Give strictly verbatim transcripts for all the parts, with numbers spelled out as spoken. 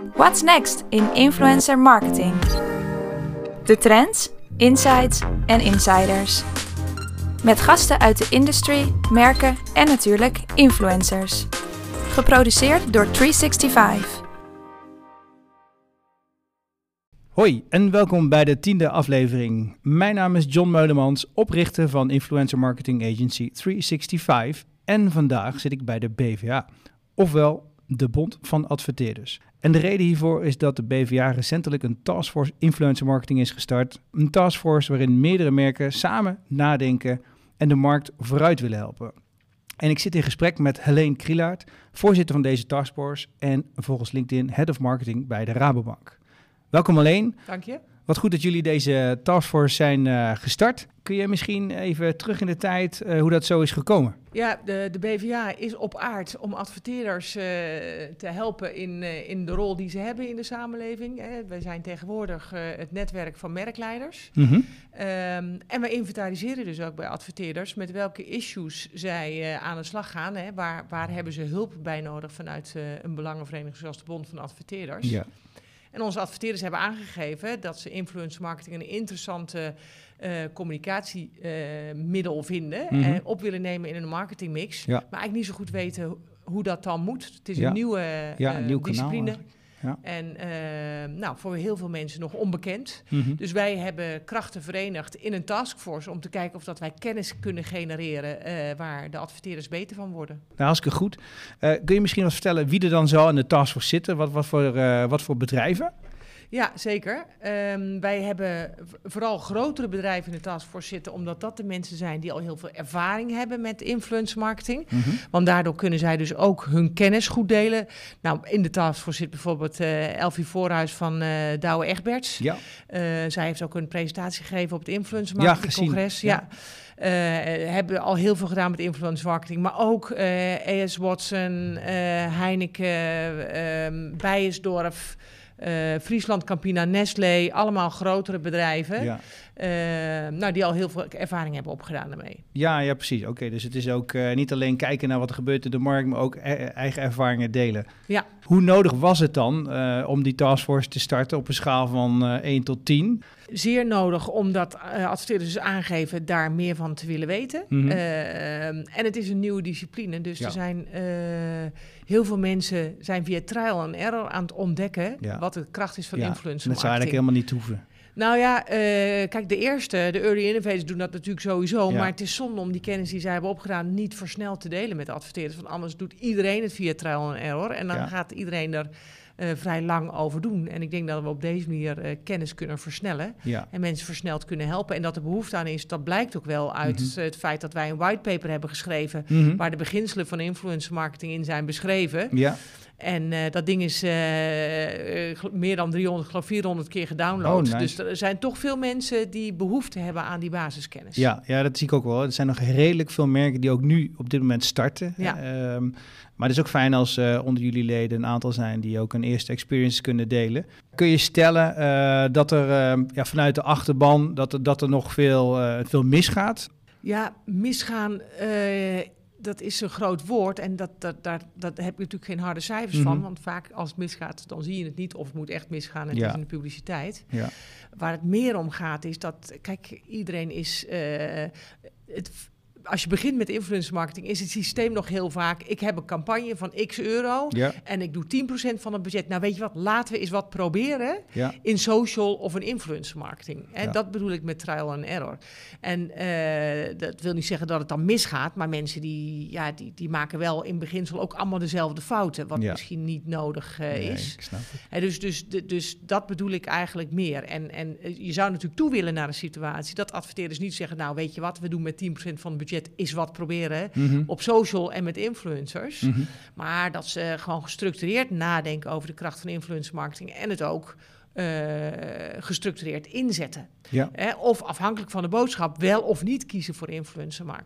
What's next in influencer marketing? De trends, insights en insiders. Met gasten uit de industry, merken en natuurlijk influencers. Geproduceerd door driehonderdzesenzestig. Hoi en welkom bij de tiende aflevering. Mijn naam is John Meulemans, oprichter van influencer marketing agency driehonderdzesenzestig. En vandaag zit ik bij de B V A, ofwel de Bond van Adverteerders. En de reden hiervoor is dat de B V A recentelijk een taskforce influencer marketing is gestart. Een taskforce waarin meerdere merken samen nadenken en de markt vooruit willen helpen. En ik zit in gesprek met Helene Krielaert, voorzitter van deze taskforce en volgens LinkedIn Head of Marketing bij de Rabobank. Welkom Helene. Dank je. Wat goed dat jullie deze taskforce zijn uh, gestart. Kun je misschien even terug in de tijd uh, hoe dat zo is gekomen? Ja, de, de B V A is op aard om adverteerders uh, te helpen in, uh, in de rol die ze hebben in de samenleving. Hè. Wij zijn tegenwoordig uh, het netwerk van merkleiders. Mm-hmm. Um, en wij inventariseren dus ook bij adverteerders met welke issues zij uh, aan de slag gaan. Hè. Waar, waar hebben ze hulp bij nodig vanuit uh, een belangenvereniging zoals de Bond van Adverteerders. Ja. En onze adverteerders hebben aangegeven dat ze influencer marketing een interessante uh, communicatiemiddel uh, vinden. Mm-hmm. En op willen nemen in een marketingmix. Ja. Maar eigenlijk niet zo goed weten ho- hoe dat dan moet. Het is Ja. een nieuwe Ja, uh, een nieuw discipline. kanaal. Ja. En uh, nou, voor heel veel mensen nog onbekend. Mm-hmm. Dus wij hebben krachten verenigd in een taskforce om te kijken of dat wij kennis kunnen genereren uh, waar de adverteerders beter van worden. Nou, hartstikke goed. Uh, kun je misschien wat vertellen wie er dan zo in de taskforce zitten? Wat, wat, voor, uh, wat voor bedrijven? Ja, zeker. Um, wij hebben v- vooral grotere bedrijven in de taskforce zitten, omdat dat de mensen zijn die al heel veel ervaring hebben met influencer marketing. Mm-hmm. Want daardoor kunnen zij dus ook hun kennis goed delen. Nou, in de taskforce zit bijvoorbeeld uh, Elfie Voorhuis van uh, Douwe Egberts. Ja. Uh, zij heeft ook een presentatie gegeven op het influencer Ja, marketing gezien. congres. Ja. Ja. Uh, hebben al heel veel gedaan met influencer marketing, maar ook uh, A S Watson, uh, Heineken, uh, Beiersdorf, Uh, Friesland Campina, Nestlé, allemaal grotere bedrijven, Ja. uh, nou, die al heel veel ervaring hebben opgedaan daarmee. Ja, ja, precies. Oké, okay, dus het is ook uh, niet alleen kijken naar wat er gebeurt in de markt, maar ook e- eigen ervaringen delen. Ja. Hoe nodig was het dan uh, om die taskforce te starten op een schaal van uh, één tot tien? Zeer nodig, omdat uh, adverteerders dus aangeven daar meer van te willen weten. Mm-hmm. Uh, en het is een nieuwe discipline, dus Ja. er zijn uh, heel veel mensen zijn via trial and error aan het ontdekken Ja. wat de kracht is van Ja, influencer dat zou marketing. eigenlijk helemaal niet hoeven. Nou ja, uh, kijk, de eerste, de early innovators doen dat natuurlijk sowieso. Ja. Maar het is zonde om die kennis die zij hebben opgedaan niet versneld te delen met de adverteerders. Want anders doet iedereen het via trial and error. En dan Ja. gaat iedereen er uh, vrij lang over doen. En ik denk dat we op deze manier uh, kennis kunnen versnellen. Ja. En mensen versneld kunnen helpen. En dat er behoefte aan is, dat blijkt ook wel uit Mm-hmm. het feit dat wij een whitepaper hebben geschreven. Mm-hmm. Waar de beginselen van influencer marketing in zijn beschreven. Ja. En uh, dat ding is uh, uh, meer dan driehonderd, geloof vierhonderd keer gedownload. Oh, nice. Dus er zijn toch veel mensen die behoefte hebben aan die basiskennis. Ja, ja, dat zie ik ook wel. Er zijn nog redelijk veel merken die ook nu op dit moment starten. Ja. Um, maar het is ook fijn als uh, onder jullie leden een aantal zijn die ook een eerste experience kunnen delen. Kun je stellen uh, dat er uh, ja, vanuit de achterban dat er, dat er nog veel, uh, veel misgaat? Ja, misgaan, uh, dat is een groot woord. En dat, dat, daar, dat heb je natuurlijk geen harde cijfers Mm-hmm. van. Want vaak als het misgaat, dan zie je het niet. Of het moet echt misgaan en het Ja. is in de publiciteit. Ja. Waar het meer om gaat is dat, kijk, iedereen is... Uh, het, als je begint met influencer marketing, is het systeem nog heel vaak... ik heb een campagne van x euro Ja. en ik doe tien procent van het budget. Nou, weet je wat, laten we eens wat proberen Ja. in social of een influencer marketing. En Ja. dat bedoel ik met trial and error. En uh, dat wil niet zeggen dat het dan misgaat, maar mensen die, ja, die, die maken wel in beginsel ook allemaal dezelfde fouten, wat Ja. misschien niet nodig uh, Nee, is. ik snap het. En dus, dus, de, dus dat bedoel ik eigenlijk meer. En, en je zou natuurlijk toe willen naar een situatie dat adverteerders niet zeggen, nou weet je wat, we doen met tien procent van het budget is wat proberen Mm-hmm. op social en met influencers. Mm-hmm. Maar dat ze gewoon gestructureerd nadenken over de kracht van influencer marketing en het ook uh, gestructureerd inzetten. Ja. Hè? Of afhankelijk van de boodschap wel of niet kiezen voor influencer marketing. Ja,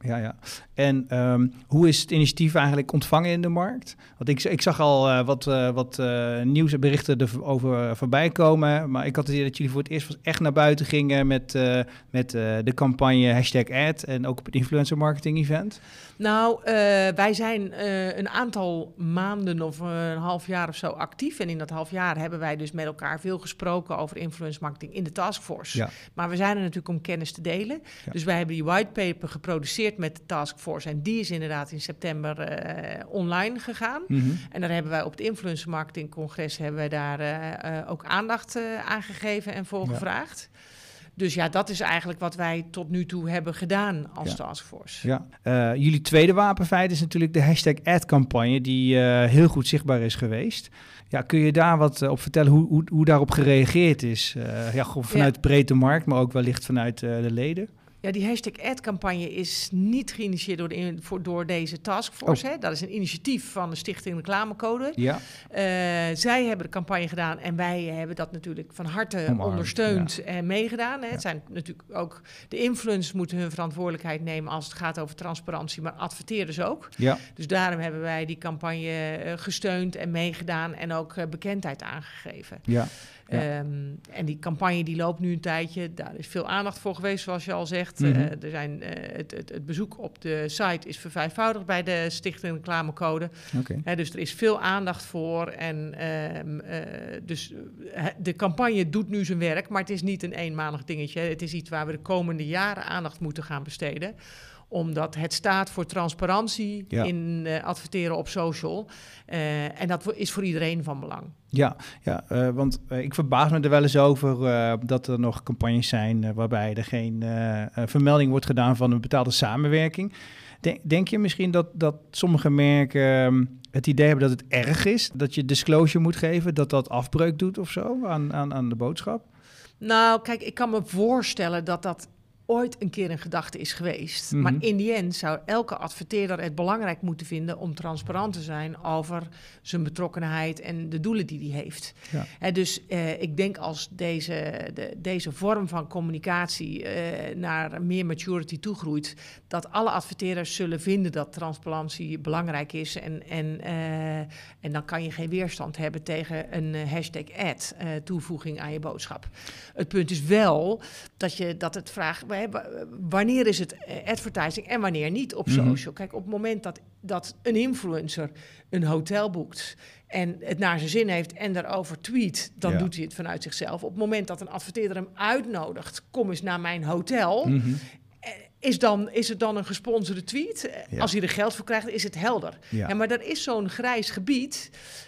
ja, ja. En um, hoe is het initiatief eigenlijk ontvangen in de markt? Want ik, ik zag al uh, wat, uh, wat uh, nieuwsberichten erover uh, voorbij komen. Maar ik had het idee dat jullie voor het eerst echt naar buiten gingen met, uh, met uh, de campagne hashtag ad en ook op het influencer marketing event. Nou, uh, wij zijn uh, een aantal maanden of uh, een half jaar of zo actief. En in dat half jaar hebben wij dus met elkaar veel gesproken over influencer marketing in de taskforce. Ja. Maar we zijn er natuurlijk om kennis te delen. Ja. Dus wij hebben die whitepaper geproduceerd met de taskforce. En die is inderdaad in september uh, online gegaan. Mm-hmm. En daar hebben wij op het influencer marketing congres hebben wij daar uh, uh, ook aandacht uh, aan gegeven en voor ja. gevraagd. Dus ja, dat is eigenlijk wat wij tot nu toe hebben gedaan als ja. taskforce. Ja. Uh, jullie tweede wapenfeit is natuurlijk de hashtag ad-campagne die uh, heel goed zichtbaar is geweest. Ja, kun je daar wat uh, op vertellen hoe, hoe, hoe daarop gereageerd is? Uh, ja, gewoon vanuit ja. de breedte markt, maar ook wellicht vanuit uh, de leden. Ja, die hashtag ad-campagne is niet geïnitieerd door, de, voor, door deze taskforce. Oh. Hè? Dat is een initiatief van de Stichting Reclamecode. Ja. Uh, zij hebben de campagne gedaan en wij hebben dat natuurlijk van harte Omarm, ondersteund ja. en meegedaan. Hè? Ja. Het zijn natuurlijk ook de influencers moeten hun verantwoordelijkheid nemen als het gaat over transparantie, maar adverteerders ook. Ja. Dus daarom hebben wij die campagne uh, gesteund en meegedaan en ook uh, bekendheid aangegeven. Ja. Ja. Um, en die campagne die loopt nu een tijdje. Daar is veel aandacht voor geweest, zoals je al zegt. Mm-hmm. Uh, er zijn, uh, het, het, het bezoek op de site is vervijfvoudigd bij de Stichting Reclamecode. Okay. Uh, dus er is veel aandacht voor. En uh, uh, dus uh, de campagne doet nu zijn werk, maar het is niet een eenmalig dingetje. Het is iets waar we de komende jaren aandacht moeten gaan besteden. Omdat het staat voor transparantie ja. in uh, adverteren op social. Uh, en dat is voor iedereen van belang. Ja, ja uh, want uh, ik verbaas me er wel eens over uh, dat er nog campagnes zijn uh, waarbij er geen uh, vermelding wordt gedaan van een betaalde samenwerking. Denk, denk je misschien dat, dat sommige merken uh, het idee hebben dat het erg is, dat je disclosure moet geven, dat dat afbreuk doet of zo aan, aan, aan de boodschap? Nou, kijk, ik kan me voorstellen dat dat ooit een keer een gedachte is geweest. Mm-hmm. Maar in die end zou elke adverteerder het belangrijk moeten vinden om transparant te zijn over zijn betrokkenheid en de doelen die hij heeft. Ja. He, dus uh, ik denk als deze, de, deze vorm van communicatie uh, naar meer maturity toegroeit, dat alle adverteerders zullen vinden dat transparantie belangrijk is en, en, uh, en dan kan je geen weerstand hebben tegen een uh, hashtag ad uh, toevoeging aan je boodschap. Het punt is wel dat je dat het vraagt, wanneer is het advertising en wanneer niet op social? Mm-hmm. Kijk, op het moment dat, dat een influencer een hotel boekt en het naar zijn zin heeft en daarover tweet, dan ja. doet hij het vanuit zichzelf. Op het moment dat een adverteerder hem uitnodigt, kom eens naar mijn hotel, mm-hmm. Is, dan, is het dan een gesponsorde tweet? Ja. Als hij er geld voor krijgt, is het helder. Ja. Ja, maar er is zo'n grijs gebied.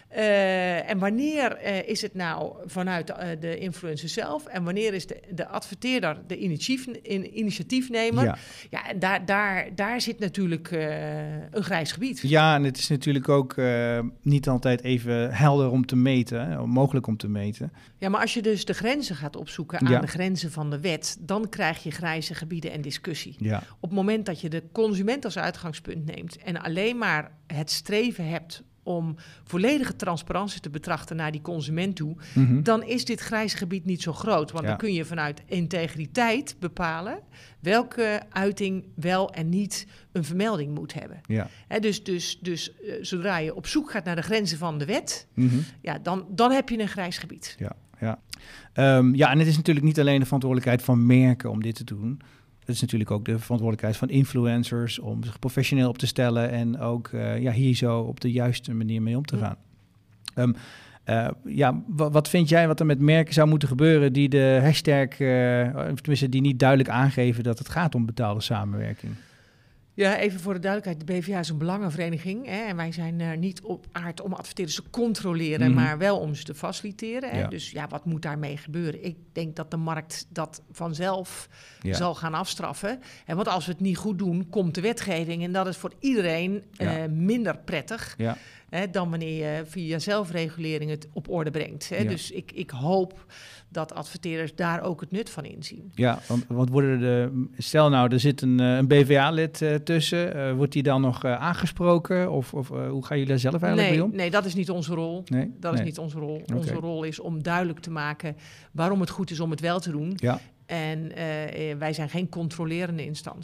Uh, en wanneer uh, is het nou vanuit de, uh, de influencer zelf? En wanneer is de, de adverteerder de initiatief, in, initiatiefnemer? Ja, ja en daar, daar, daar zit natuurlijk uh, een grijs gebied. Ja, en het is natuurlijk ook uh, niet altijd even helder om te meten, hè, mogelijk om te meten. Ja, maar als je dus de grenzen gaat opzoeken aan ja. de grenzen van de wet, dan krijg je grijze gebieden en discussie. Ja. Op het moment dat je de consument als uitgangspunt neemt en alleen maar het streven hebt om volledige transparantie te betrachten naar die consument toe, mm-hmm. dan is dit grijze gebied niet zo groot. Want ja. dan kun je vanuit integriteit bepalen welke uiting wel en niet een vermelding moet hebben. Ja. He, dus dus, dus uh, zodra je op zoek gaat naar de grenzen van de wet, mm-hmm. ja, dan, dan heb je een grijs gebied. Ja, ja. Um, ja, en het is natuurlijk niet alleen de verantwoordelijkheid van merken om dit te doen. Het is natuurlijk ook de verantwoordelijkheid van influencers om zich professioneel op te stellen en ook uh, ja, hier zo op de juiste manier mee om te gaan. Ja. Um, uh, ja, w- wat vind jij wat er met merken zou moeten gebeuren die de hashtag, uh, tenminste die niet duidelijk aangeven dat het gaat om betaalde samenwerking? Ja, even voor de duidelijkheid. De B V A is een belangenvereniging. Hè, en wij zijn er niet op aard om adverteerders te controleren, mm-hmm. maar wel om ze te faciliteren. Hè. Ja. Dus ja, wat moet daarmee gebeuren? Ik denk dat de markt dat vanzelf ja. zal gaan afstraffen. En want als we het niet goed doen, komt de wetgeving. En dat is voor iedereen ja. uh, minder prettig ja. hè, dan wanneer je via zelfregulering het op orde brengt. Hè. Ja. Dus ik, ik hoop dat adverteerders daar ook het nut van inzien. Ja, want, want worden de, stel nou, er zit een, een B V A-lid uh, tussen. Uh, wordt die dan nog uh, aangesproken? Of, of uh, hoe gaan jullie daar zelf eigenlijk nee, mee om? Nee, dat is niet onze rol. Nee? Dat nee. is niet onze rol. Okay. Onze rol is om duidelijk te maken waarom het goed is om het wel te doen. Ja. En uh, wij zijn geen controlerende instantie.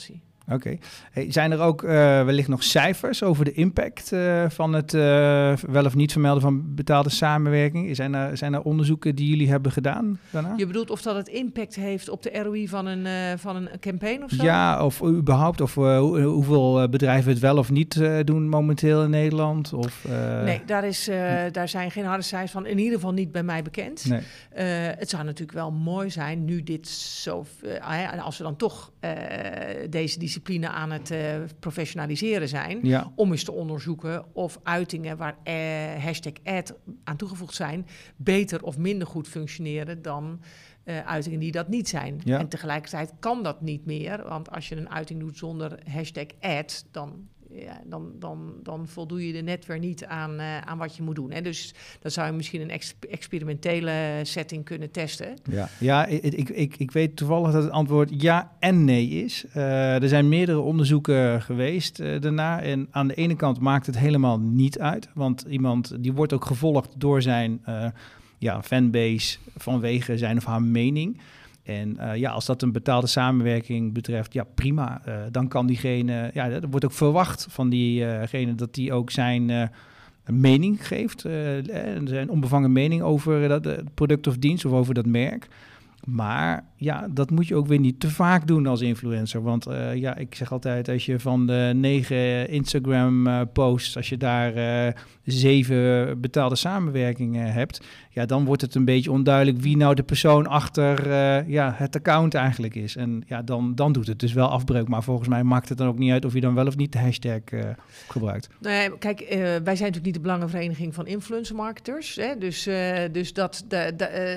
Oké. Okay. Hey, zijn er ook uh, wellicht nog cijfers over de impact uh, van het uh, wel of niet vermelden van betaalde samenwerking? Zijn er, zijn er onderzoeken die jullie hebben gedaan daarna? Je bedoelt of dat het impact heeft op de R O I van een, uh, van een campaign of zo? Ja, of überhaupt, of uh, hoe, hoeveel bedrijven het wel of niet uh, doen momenteel in Nederland? Of, uh... Nee, daar, is, uh, daar zijn geen harde cijfers van, in ieder geval niet bij mij bekend. Nee. Uh, het zou natuurlijk wel mooi zijn, nu dit zo, uh, als we dan toch uh, deze discipline aan het uh, professionaliseren zijn, ja. om eens te onderzoeken of uitingen waar uh, hashtag ad aan toegevoegd zijn, beter of minder goed functioneren dan uh, uitingen die dat niet zijn. Ja. En tegelijkertijd kan dat niet meer, want als je een uiting doet zonder hashtag ad, dan... Ja, dan, dan, dan voldoe je er net weer niet aan, uh, aan wat je moet doen. Hè? Dus dan zou je misschien een ex- experimentele setting kunnen testen. Ja, ja ik, ik, ik weet toevallig dat het antwoord ja en nee is. Uh, er zijn meerdere onderzoeken geweest uh, daarna. En aan de ene kant maakt het helemaal niet uit. Want iemand die wordt ook gevolgd door zijn uh, ja, fanbase vanwege zijn of haar mening. En uh, ja, als dat een betaalde samenwerking betreft, ja prima. Uh, dan kan diegene, ja, er wordt ook verwacht van diegene uh, dat die ook zijn uh, mening geeft. Uh, zijn onbevangen mening over dat uh, product of dienst of over dat merk. Maar ja, dat moet je ook weer niet te vaak doen als influencer. Want uh, ja, ik zeg altijd, als je van de negen Instagram uh, posts, als je daar uh, zeven betaalde samenwerkingen hebt, ja, dan wordt het een beetje onduidelijk wie nou de persoon achter uh, ja, het account eigenlijk is. En ja, dan, dan doet het dus wel afbreuk. Maar volgens mij maakt het dan ook niet uit of je dan wel of niet de hashtag uh, gebruikt. Nou ja, kijk, uh, wij zijn natuurlijk niet de belangenvereniging van influencer marketers. Hè? Dus, uh, dus dat, de,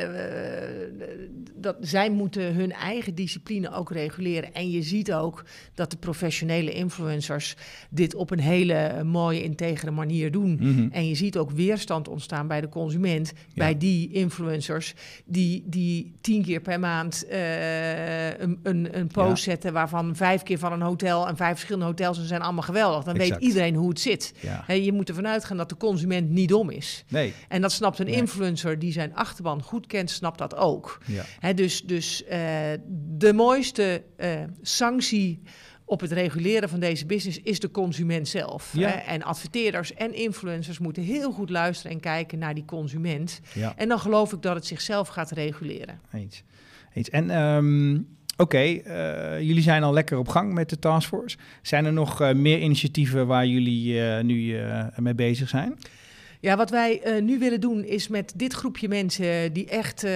de, uh, dat zij moeten hun eigen discipline ook reguleren. En je ziet ook dat de professionele influencers dit op een hele mooie, integere manier doen. Mm-hmm. En je ziet ook weerstand ontstaan bij de consument, ja. bij die influencers die, die tien keer per maand uh, een, een, een post ja. zetten waarvan vijf keer van een hotel en vijf verschillende hotels en zijn allemaal geweldig. Dan exact. Weet iedereen hoe het zit. Ja. He, je moet ervan uitgaan dat de consument niet dom is. Nee. En dat snapt een nee. influencer die zijn achterban goed kent, snapt dat ook. Ja. He, dus dus uh, de mooiste uh, sanctie op het reguleren van deze business is de consument zelf. Ja. Hè? En adverteerders en influencers moeten heel goed luisteren en kijken naar die consument. Ja. En dan geloof ik dat het zichzelf gaat reguleren. Eens. Eens. En um, oké, okay, uh, jullie zijn al lekker op gang met de taskforce. Zijn er nog uh, meer initiatieven waar jullie uh, nu uh, mee bezig zijn? Ja, wat wij uh, nu willen doen is met dit groepje mensen die echt uh,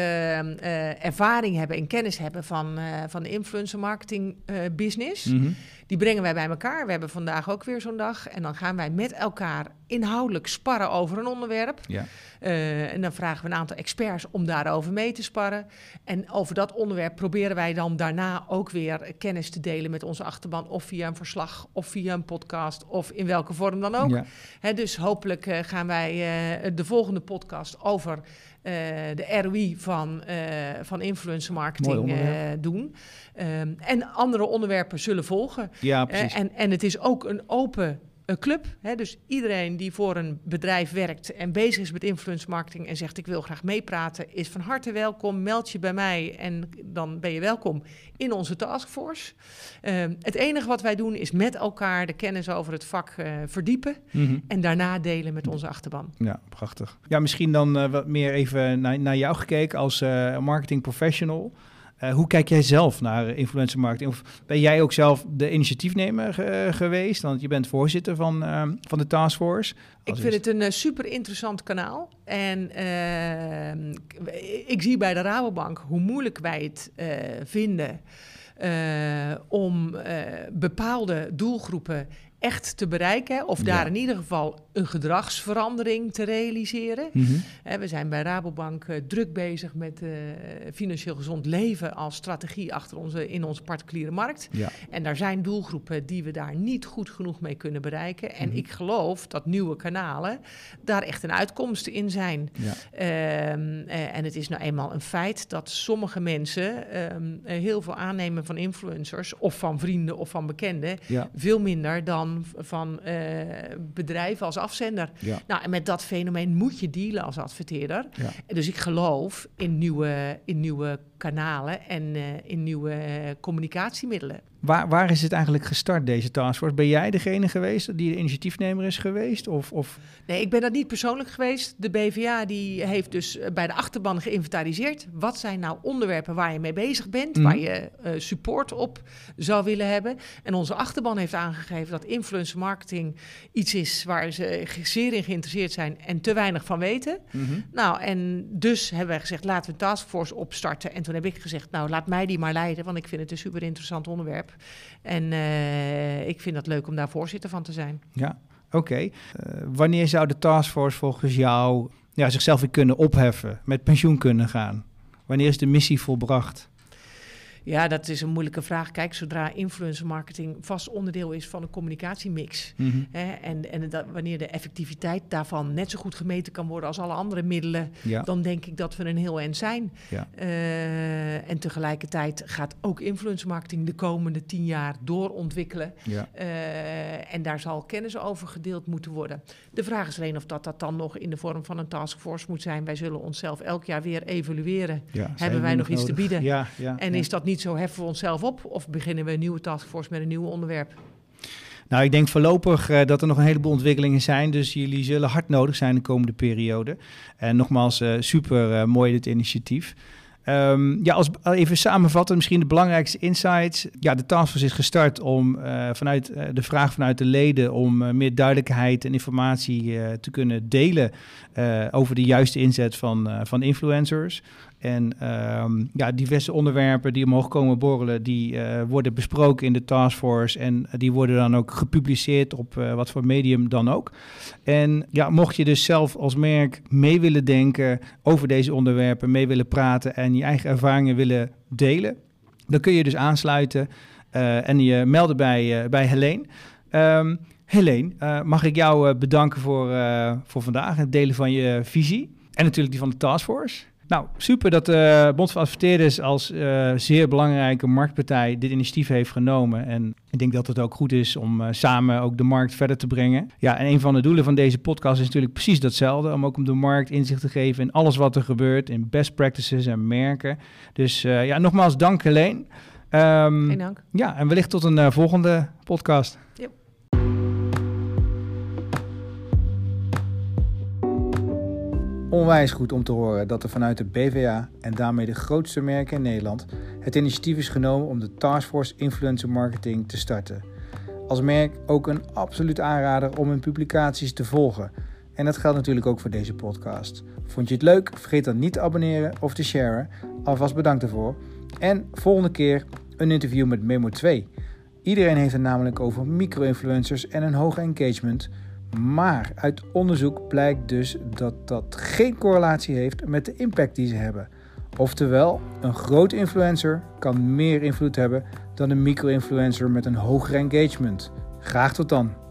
uh, ervaring hebben en kennis hebben van, uh, van de influencer marketing uh, business. Mm-hmm. Die brengen wij bij elkaar. We hebben vandaag ook weer zo'n dag. En dan gaan wij met elkaar inhoudelijk sparren over een onderwerp. Ja. Uh, en dan vragen we een aantal experts om daarover mee te sparren. En over dat onderwerp proberen wij dan daarna ook weer kennis te delen met onze achterban. Of via een verslag, of via een podcast, of in welke vorm dan ook. Ja. He, dus hopelijk uh, gaan wij uh, de volgende podcast over Uh, de R O I van, uh, van influencer marketing uh, doen. Um, en andere onderwerpen zullen volgen. Ja, precies. Uh, en, en het is ook een open uh, club. Hè? Dus iedereen die voor een bedrijf werkt en bezig is met influencer marketing en zegt ik wil graag meepraten, is van harte welkom. Meld je bij mij en dan ben je welkom in onze taskforce. Uh, het enige wat wij doen is met elkaar de kennis over het vak uh, verdiepen mm-hmm. en daarna delen met onze achterban. Ja, prachtig. Ja, misschien dan uh, wat meer even naar, naar jou gekeken als uh, marketing professional. Uh, hoe kijk jij zelf naar influencer marketing? Of ben jij ook zelf de initiatiefnemer uh, geweest? Want je bent voorzitter van, uh, van de taskforce. Ik vind het een uh, super interessant kanaal. En uh, ik zie bij de Rabobank hoe moeilijk wij het uh, vinden uh, om uh, bepaalde doelgroepen echt te bereiken, of daar ja. in ieder geval een gedragsverandering te realiseren. Mm-hmm. He, we zijn bij Rabobank uh, druk bezig met uh, financieel gezond leven als strategie achter onze, in onze particuliere markt. Ja. En daar zijn doelgroepen die we daar niet goed genoeg mee kunnen bereiken. En mm-hmm. ik geloof dat nieuwe kanalen daar echt een uitkomst in zijn. Ja. Um, uh, en het is nou eenmaal een feit dat sommige mensen um, uh, heel veel aannemen van influencers, of van vrienden of van bekenden, ja. veel minder dan van uh, bedrijven als afzender. Ja. Nou, en met dat fenomeen moet je dealen als adverteerder. Ja. En dus ik geloof in nieuwe, in nieuwe kanalen en uh, in nieuwe uh, communicatiemiddelen. Waar, waar is het eigenlijk gestart, deze taskforce? Ben jij degene geweest die de initiatiefnemer is geweest? Of, of... Nee, ik ben dat niet persoonlijk geweest. De B V A die heeft dus bij de achterban geïnventariseerd. Wat zijn nou onderwerpen waar je mee bezig bent, mm. waar je uh, support op zou willen hebben? En onze achterban heeft aangegeven dat influencer marketing iets is waar ze zeer in geïnteresseerd zijn en te weinig van weten. Mm-hmm. Nou, en dus hebben wij gezegd, laten we een taskforce opstarten. En toen heb ik gezegd, nou, laat mij die maar leiden, want ik vind het een super interessant onderwerp. En uh, ik vind het leuk om daar voorzitter van te zijn. Ja, oké. Okay. Uh, wanneer zou de taskforce volgens jou ja, zichzelf weer kunnen opheffen, met pensioen kunnen gaan? Wanneer is de missie volbracht? Ja, dat is een moeilijke vraag. Kijk, zodra influencer marketing vast onderdeel is van een communicatiemix. Mm-hmm. Hè, en en dat, wanneer de effectiviteit daarvan net zo goed gemeten kan worden als alle andere middelen, ja. dan denk ik dat we een heel eind zijn. Ja. Uh, en tegelijkertijd gaat ook influencer marketing de komende tien jaar doorontwikkelen. Ja. Uh, en daar zal kennis over gedeeld moeten worden. De vraag is alleen of dat, dat dan nog in de vorm van een taskforce moet zijn. Wij zullen onszelf elk jaar weer evalueren. Ja, hebben wij nog iets nodig te bieden? Ja, ja, en ja. is dat niet zo, heffen we onszelf op of beginnen we een nieuwe taskforce met een nieuw onderwerp? Nou, ik denk voorlopig uh, dat er nog een heleboel ontwikkelingen zijn. Dus jullie zullen hard nodig zijn de komende periode. En nogmaals, uh, super uh, mooi dit initiatief. Um, ja, als even samenvatten, misschien de belangrijkste insights. Ja, de taskforce is gestart om uh, vanuit uh, de vraag vanuit de leden om uh, meer duidelijkheid en informatie uh, te kunnen delen uh, over de juiste inzet van, uh, van influencers. En um, ja, diverse onderwerpen die omhoog komen borrelen, die uh, worden besproken in de taskforce en die worden dan ook gepubliceerd op uh, wat voor medium dan ook. En ja, mocht je dus zelf als merk mee willen denken over deze onderwerpen, mee willen praten en je eigen ervaringen willen delen, dan kun je dus aansluiten uh, en je melden bij, uh, bij Helene. Um, Helene, uh, mag ik jou uh, bedanken voor, uh, voor vandaag, het delen van je visie en natuurlijk die van de taskforce. Nou, super dat de Bond van Adverteerders als uh, zeer belangrijke marktpartij dit initiatief heeft genomen. En ik denk dat het ook goed is om uh, samen ook de markt verder te brengen. Ja, en een van de doelen van deze podcast is natuurlijk precies datzelfde. Om ook om de markt inzicht te geven in alles wat er gebeurt, in best practices en merken. Dus uh, ja, nogmaals dank Helene. Um, Geen dank. Ja, en wellicht tot een uh, volgende podcast. Yep. Onwijs goed om te horen dat er vanuit de B V A en daarmee de grootste merken in Nederland het initiatief is genomen om de Taskforce Influencer Marketing te starten. Als merk ook een absoluut aanrader om hun publicaties te volgen. En dat geldt natuurlijk ook voor deze podcast. Vond je het leuk? Vergeet dan niet te abonneren of te sharen. Alvast bedankt ervoor. En volgende keer een interview met Memo twee. Iedereen heeft het namelijk over micro-influencers en een hoog engagement. Maar uit onderzoek blijkt dus dat dat geen correlatie heeft met de impact die ze hebben. Oftewel, een grote influencer kan meer invloed hebben dan een micro-influencer met een hoger engagement. Graag tot dan!